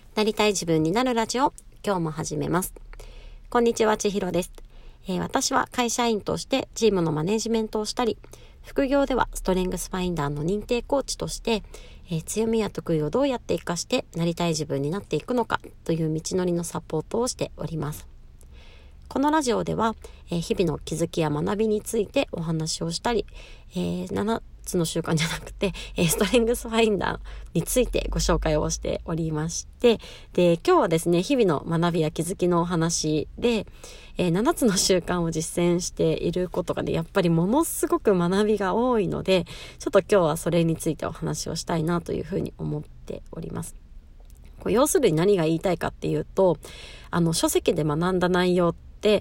なりたい自分になるラジオ、今日も始めます。こんにちは、千尋です。私は会社員としてチームのマネジメントをしたり、副業ではストレングスファインダーの認定コーチとして、強みや得意をどうやって活かしてなりたい自分になっていくのかという道のりのサポートをしております。このラジオでは、日々の気づきや学びについてお話をしたり、7つの習慣じゃなくて、ストレングスファインダーについてご紹介をしておりまして、で、今日はですね、日々の学びや気づきのお話で、7つの習慣を実践していることがね、やっぱりものすごく学びが多いので、ちょっと今日はそれについてお話をしたいなというふうに思っております。要するに何が言いたいかっていうと、書籍で学んだ内容って、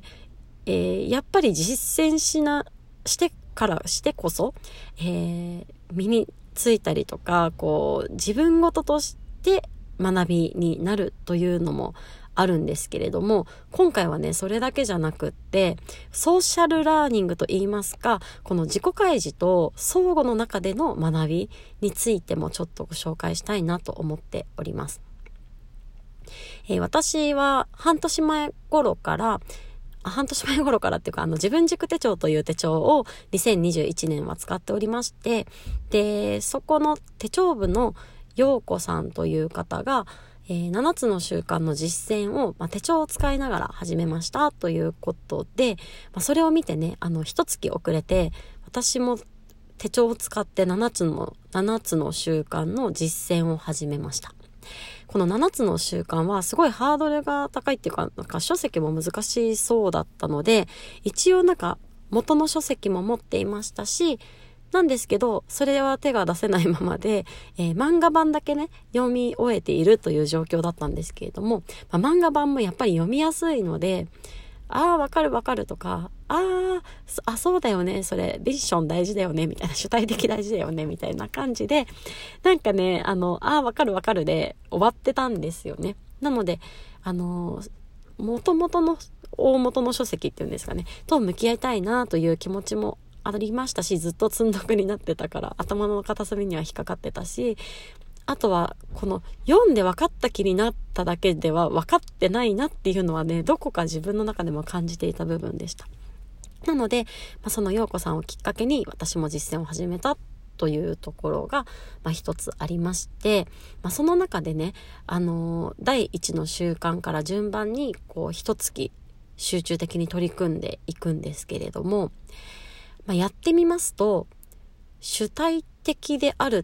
やっぱり実践してこそ、身についたりとか、自分ごととして学びになるというのもあるんですけれども、今回はね、それだけじゃなくって、ソーシャルラーニングといいますか、この自己開示と相互の中での学びについてもちょっとご紹介したいなと思っております。私は半年前頃からっていうか、自分軸手帳という手帳を2021年は使っておりまして、で、そこの手帳部の陽子さんという方が、7つの習慣の実践を、手帳を使いながら始めましたということで、それを見てね、一月遅れて、私も手帳を使って7つの習慣の実践を始めました。この7つの習慣はすごいハードルが高いっていうか、書籍も難しそうだったので、一応元の書籍も持っていましたし、なんですけど、それは手が出せないままで、漫画版だけね、読み終えているという状況だったんですけれども、漫画版もやっぱり読みやすいので、わかるとか、そうだよね、それ、ビッション大事だよね、みたいな、主体的大事だよね、みたいな感じで、わかるで終わってたんですよね。なので、大元の書籍っていうんですかね、と向き合いたいなという気持ちもありましたし、ずっと積んどくになってたから、頭の片隅には引っかかってたし、あとはこの読んで分かった気になっただけでは分かってないなっていうのはね、どこか自分の中でも感じていた部分でした。なので、その陽子さんをきっかけに私も実践を始めたというところが、一つありまして、その中でね、第一の習慣から順番に一月集中的に取り組んでいくんですけれども、やってみますと、主体的であるって、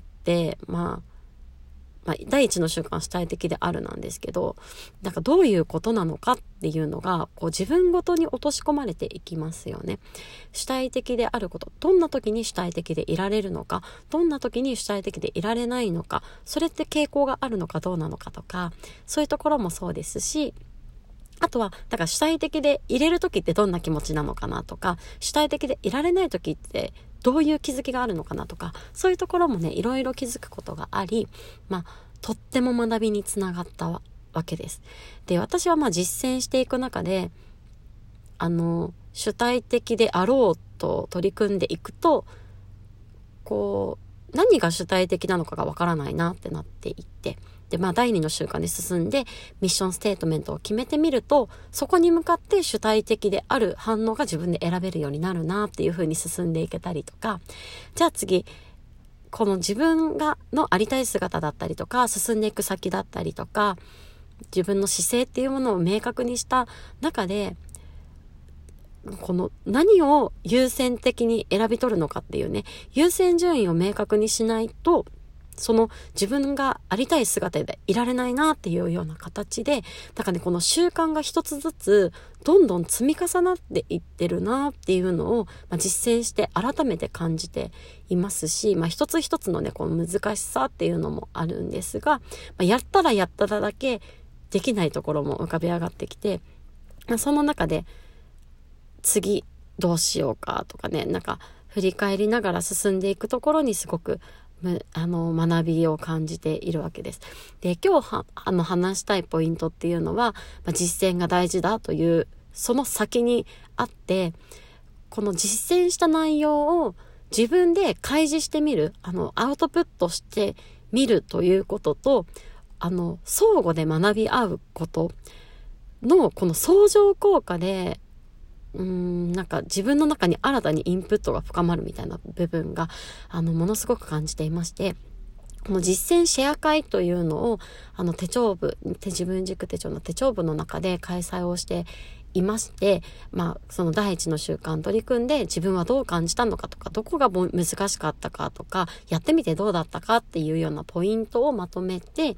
第一の習慣は主体的であるなんですけど、どういうことなのかっていうのが自分ごとに落とし込まれていきますよね。主体的であること、どんな時に主体的でいられるのか、どんな時に主体的でいられないのか、それって傾向があるのかどうなのかとか、そういうところもそうですし、あとは主体的でいれる時ってどんな気持ちなのかなとか、主体的でいられない時ってどういう気づきがあるのかなとか、そういうところもね、いろいろ気づくことがあり、とっても学びにつながったわけです。で、私は実践していく中で、主体的であろうと取り組んでいくと、何が主体的なのかがわからないなってなっていって、で、第2の習慣に進んでミッションステートメントを決めてみると、そこに向かって主体的である反応が自分で選べるようになるなっていう風に進んでいけたりとか、じゃあ次、この自分のありたい姿だったりとか、進んでいく先だったりとか、自分の姿勢っていうものを明確にした中で、この何を優先的に選び取るのかっていうね、優先順位を明確にしないと、その自分がありたい姿でいられないなっていうような形で、この習慣が一つずつどんどん積み重なっていってるなっていうのを、実践して改めて感じていますし、一つ一つのね、この難しさっていうのもあるんですが、やったらだけできないところも浮かび上がってきて、その中で次どうしようかとかね、振り返りながら進んでいくところにすごく学びを感じているわけです。で、今日話したいポイントっていうのは、実践が大事だというその先にあって、この実践した内容を自分で開示してみる、アウトプットしてみるということと、 相互で学び合うことのこの相乗効果でなんか自分の中に新たにインプットが深まるみたいな部分がものすごく感じていまして、この実践シェア会というのを手帳部、自分軸手帳の手帳部の中で開催をしていまして、その第一の習慣取り組んで自分はどう感じたのかとか、どこが難しかったかとか、やってみてどうだったかっていうようなポイントをまとめて、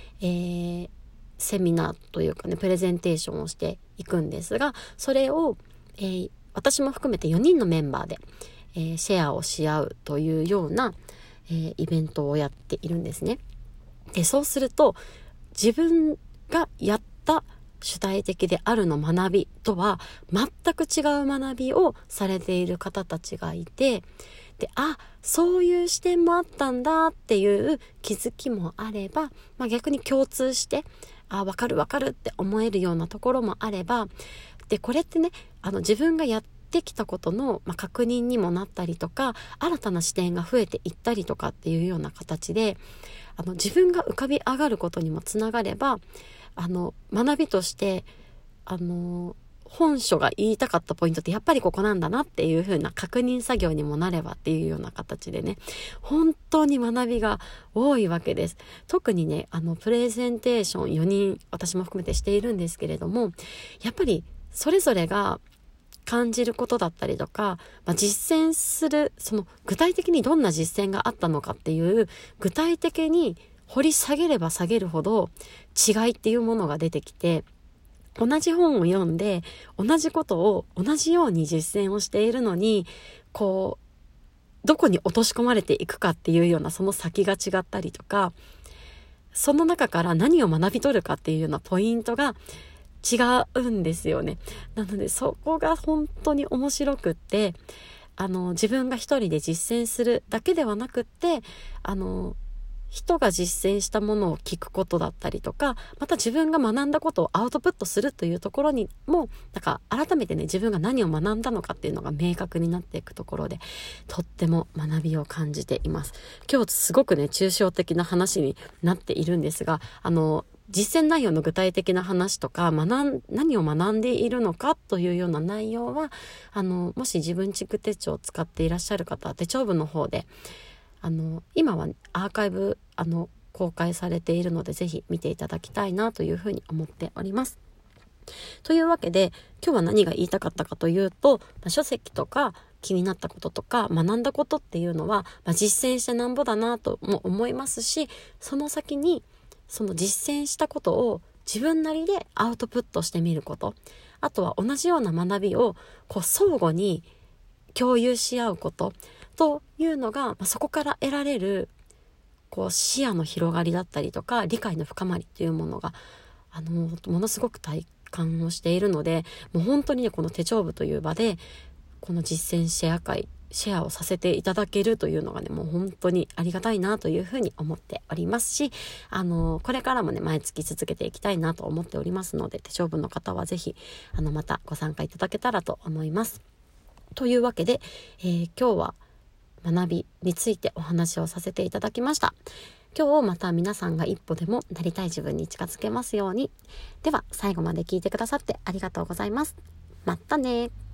セミナーというかね、プレゼンテーションをしていくんですが、それを、私も含めて4人のメンバーで、シェアをし合うというような、イベントをやっているんですね。で、そうすると自分がやった主体的であるの学びとは全く違う学びをされている方たちがいて、で、そういう視点もあったんだっていう気づきもあれば、逆に共通してわかるって思えるようなところもあれば、で、これってね、自分がやってきたことの、確認にもなったりとか、新たな視点が増えていったりとかっていうような形で、自分が浮かび上がることにもつながれば、学びとして、本書が言いたかったポイントってやっぱりここなんだなっていう風な確認作業にもなればっていうような形でね、本当に学びが多いわけです。特にね、プレゼンテーション4人私も含めてしているんですけれども、やっぱりそれぞれが感じることだったりとか、実践する、その具体的にどんな実践があったのかっていう、具体的に掘り下げれば下げるほど違いっていうものが出てきて、同じ本を読んで同じことを同じように実践をしているのに、どこに落とし込まれていくかっていうようなその先が違ったりとか、その中から何を学び取るかっていうようなポイントが違うんですよね。なのでそこが本当に面白くって、自分が一人で実践するだけではなくって、人が実践したものを聞くことだったりとか、また自分が学んだことをアウトプットするというところにも、改めてね、自分が何を学んだのかっていうのが明確になっていくところで、とっても学びを感じています。今日すごくね、抽象的な話になっているんですが、実践内容の具体的な話とか、何を学んでいるのかというような内容は、もし自分軸手帳を使っていらっしゃる方は、手帳部の方で、今はアーカイブ公開されているので、ぜひ見ていただきたいなというふうに思っております。というわけで、今日は何が言いたかったかというと、書籍とか気になったこととか学んだことっていうのは、実践してなんぼだなとも思いますし、その先にその実践したことを自分なりでアウトプットしてみること、あとは同じような学びを相互に共有し合うことというのが、そこから得られる視野の広がりだったりとか、理解の深まりというものがものすごく体感をしているので、もう本当にね、この手帳部という場でこの実践シェアをさせていただけるというのがね、もう本当にありがたいなというふうに思っておりますし、これからもね、毎月続けていきたいなと思っておりますので、手帳部の方はぜひまたご参加いただけたらと思います。というわけで、今日は学びについてお話をさせていただきました。今日また皆さんが一歩でもなりたい自分に近づけますように。では最後まで聞いてくださってありがとうございます。またね。